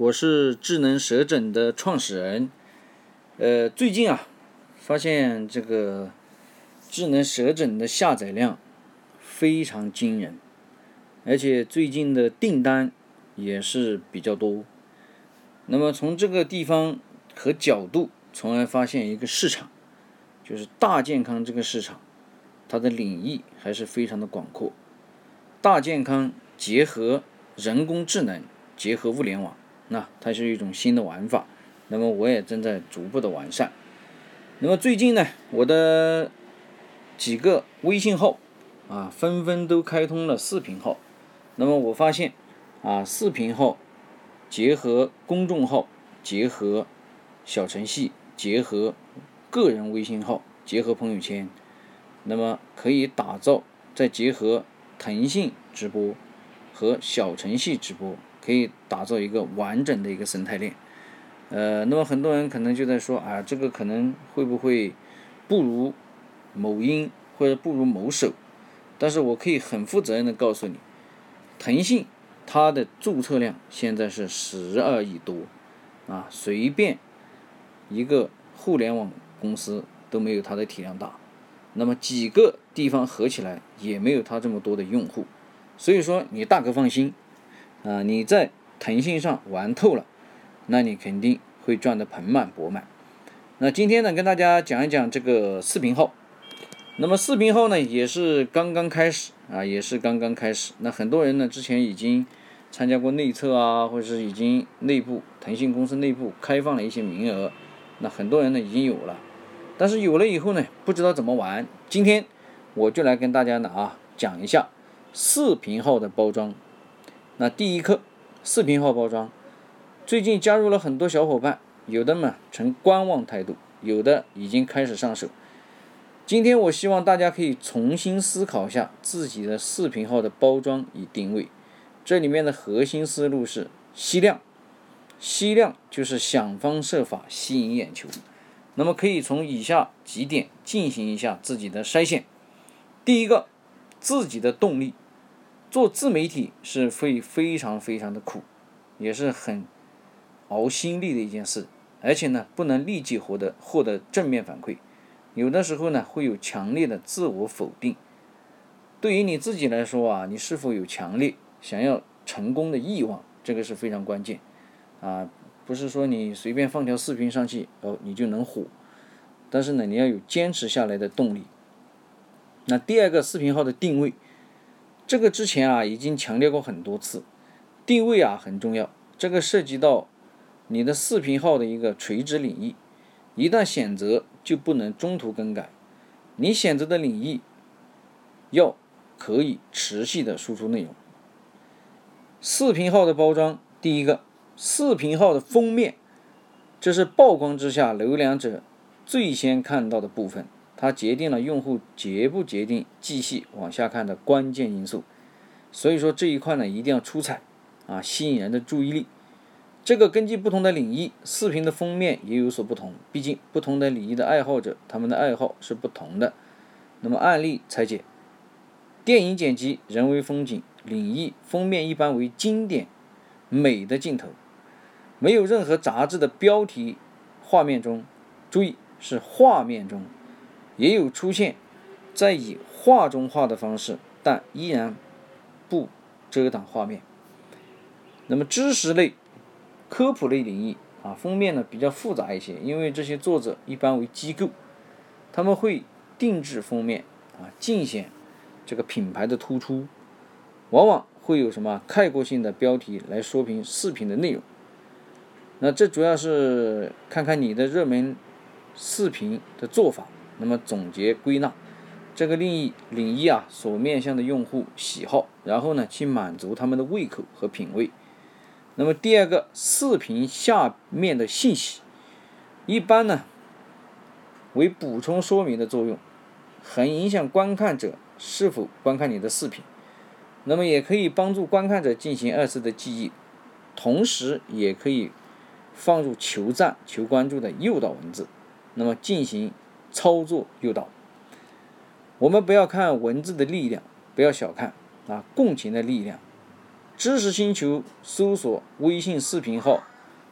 我是智能舌诊的创始人。最近发现这个智能舌诊的下载量非常惊人，而且最近的订单也是比较多。那么从这个地方和角度，从而发现一个市场，就是大健康这个市场，它的领域还是非常的广阔。大健康结合人工智能，结合物联网，那它是一种新的玩法。那么我也正在逐步的完善。那么最近呢，我的几个微信号纷纷都开通了视频号。那么我发现视频号结合公众号，结合小程序，结合个人微信号，结合朋友圈，那么可以打造，再结合腾讯直播和小程序直播，可以打造一个完整的一个生态链。那么很多人可能就在说这个可能会不会不如某音或者不如某手？但是我可以很负责任的告诉你，腾讯它的注册量现在是12亿多随便一个互联网公司都没有它的体量大。那么几个地方合起来也没有它这么多的用户。所以说你大可放心你在腾讯上玩透了，那你肯定会赚得盆满钵满。那今天呢，跟大家讲一讲这个视频号。那么视频号呢，也是刚刚开始。那很多人呢，之前已经参加过内测或者是已经腾讯公司内部开放了一些名额。那很多人呢已经有了，但是有了以后呢，不知道怎么玩。今天我就来跟大家讲一下视频号的包装。那第一课，视频号包装，最近加入了很多小伙伴，有的嘛呈观望态度，有的已经开始上手。今天我希望大家可以重新思考一下自己的视频号的包装与定位。这里面的核心思路是吸量就是想方设法吸引眼球。那么可以从以下几点进行一下自己的筛选。第一个，自己的动力。做自媒体是会非常非常的苦，也是很熬心力的一件事，而且呢不能立即获得正面反馈，有的时候呢会有强烈的自我否定。对于你自己来说你是否有强烈想要成功的欲望，这个是非常关键不是说你随便放条视频上去你就能火，但是呢你要有坚持下来的动力。那第二个，视频号的定位，这个之前已经强调过很多次，定位很重要。这个涉及到你的视频号的一个垂直领域，一旦选择就不能中途更改。你选择的领域要可以持续的输出内容。视频号的包装，第一个，视频号的封面，这是曝光之下浏览者最先看到的部分，它决定了用户决不决定继续往下看的关键因素。所以说这一块呢一定要出彩吸引人的注意力。这个根据不同的领域，视频的封面也有所不同，毕竟不同的领域的爱好者，他们的爱好是不同的。那么案例拆解，电影剪辑、人为风景领域，封面一般为经典美的镜头，没有任何杂志的标题。画面中，注意是画面中，也有出现在以画中画的方式，但依然不遮挡画面。那么知识类、科普类领域封面呢比较复杂一些，因为这些作者一般为机构，他们会定制封面尽显这个品牌的突出，往往会有概括性的标题来说明视频的内容。那这主要是看看你的热门视频的做法，那么总结归纳这个领域所面向的用户喜好，然后呢去满足他们的胃口和品味。那么第二个，视频下面的信息，一般呢为补充说明的作用，很影响观看者是否观看你的视频。那么也可以帮助观看者进行二次的记忆，同时也可以放入求赞、求关注的诱导文字，那么进行操作诱导。我们不要看文字的力量，不要小看共情的力量。知识星球搜索微信视频号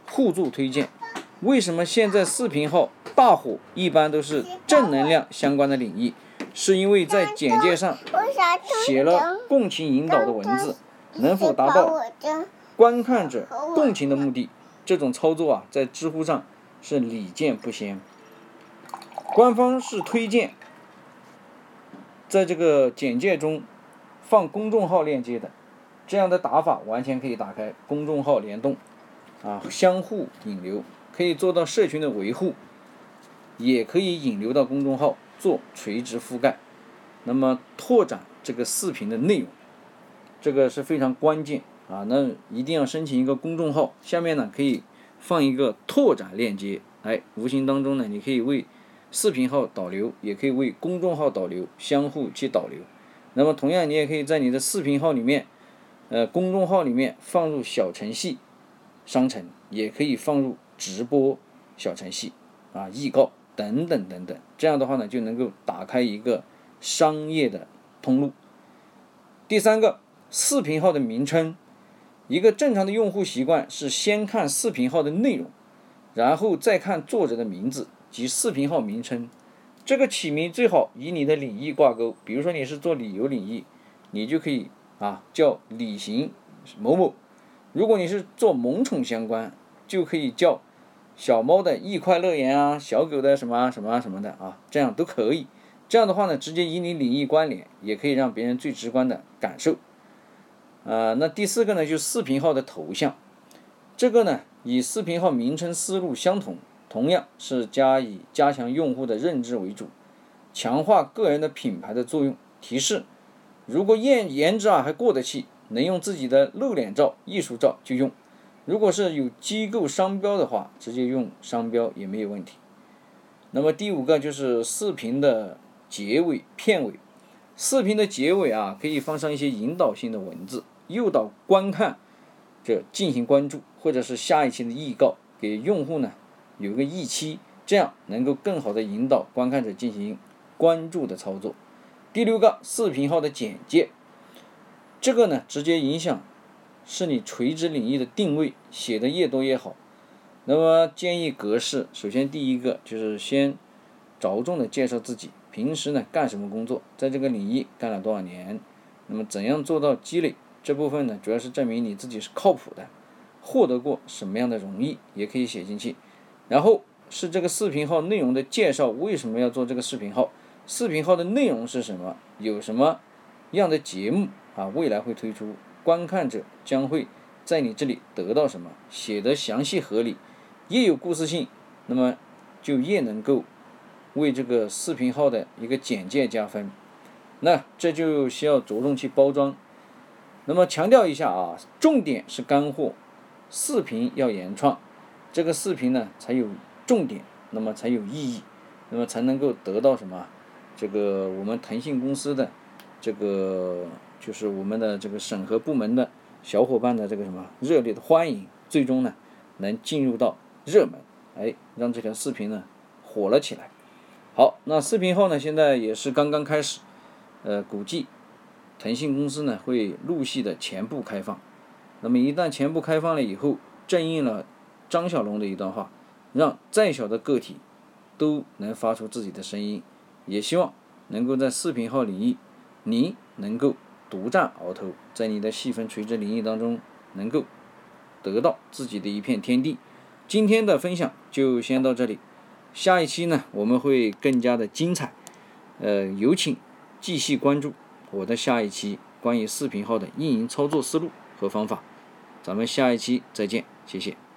互助推荐。为什么现在视频号大火一般都是正能量相关的领域？是因为在简介上写了共情引导的文字，能否达到观看者共情的目的？这种操作啊，在知乎上是屡见不鲜。官方是推荐在这个简介中放公众号链接的，这样的打法完全可以打开公众号联动相互引流，可以做到社群的维护，也可以引流到公众号做垂直覆盖。那么拓展这个视频的内容，这个是非常关键那一定要申请一个公众号，下面呢可以放一个拓展链接，无形当中呢你可以为视频号导流，也可以为公众号导流，相互去导流。那么同样你也可以在你的视频号里面公众号里面放入小程序商城，也可以放入直播小程序预告等等等等，这样的话呢就能够打开一个商业的通路。第三个，视频号的名称。一个正常的用户习惯是先看视频号的内容，然后再看作者的名字及视频号名称。这个起名最好与你的领域挂钩，比如说你是做旅游领域，你就可以叫旅行某某。如果你是做萌宠相关，就可以叫小猫的易快乐园小狗的什么什么什么的这样都可以。这样的话呢，直接与你领域关联，也可以让别人最直观的感受。那第四个呢，就是视频号的头像。这个呢，与视频号名称思路相同，同样是以加强用户的认知为主，强化个人的品牌的作用。提示：如果颜值还过得去，能用自己的露脸照、艺术照就用；如果是有机构商标的话，直接用商标也没有问题。那么第五个就是视频的结尾、片尾。视频的结尾可以放上一些引导性的文字，诱导观看者进行关注，或者是下一期的预告，给用户呢有个预期，这样能够更好的引导观看者进行关注的操作。第六个，视频号的简介。这个呢直接影响是你垂直领域的定位，写的越多越好。那么建议格式，首先第一个就是先着重的介绍自己，平时呢干什么工作，在这个领域干了多少年，那么怎样做到积累，这部分呢主要是证明你自己是靠谱的，获得过什么样的荣誉也可以写进去。然后是这个视频号内容的介绍，为什么要做这个视频号，视频号的内容是什么，有什么样的节目未来会推出，观看者将会在你这里得到什么，写得详细合理，越有故事性，那么就越能够为这个视频号的一个简介加分。那这就需要着重去包装。那么强调一下重点是干货，视频要原创，这个视频呢才有重点，那么才有意义，那么才能够得到什么？这个我们腾讯公司的这个就是我们的这个审核部门的小伙伴的这个什么热烈的欢迎，最终呢能进入到热门，让这条视频呢火了起来。好，那视频号呢现在也是刚刚开始，估计腾讯公司呢会陆续的全部开放。那么一旦全部开放了以后，正应了张小龙的一段话，让再小的个体都能发出自己的声音。也希望能够在视频号领域，你能够独占鳌头，在你的细分垂直领域当中能够得到自己的一片天地。今天的分享就先到这里，下一期呢我们会更加的精彩，有请继续关注我的下一期关于视频号的运营操作思路和方法。咱们下一期再见，谢谢。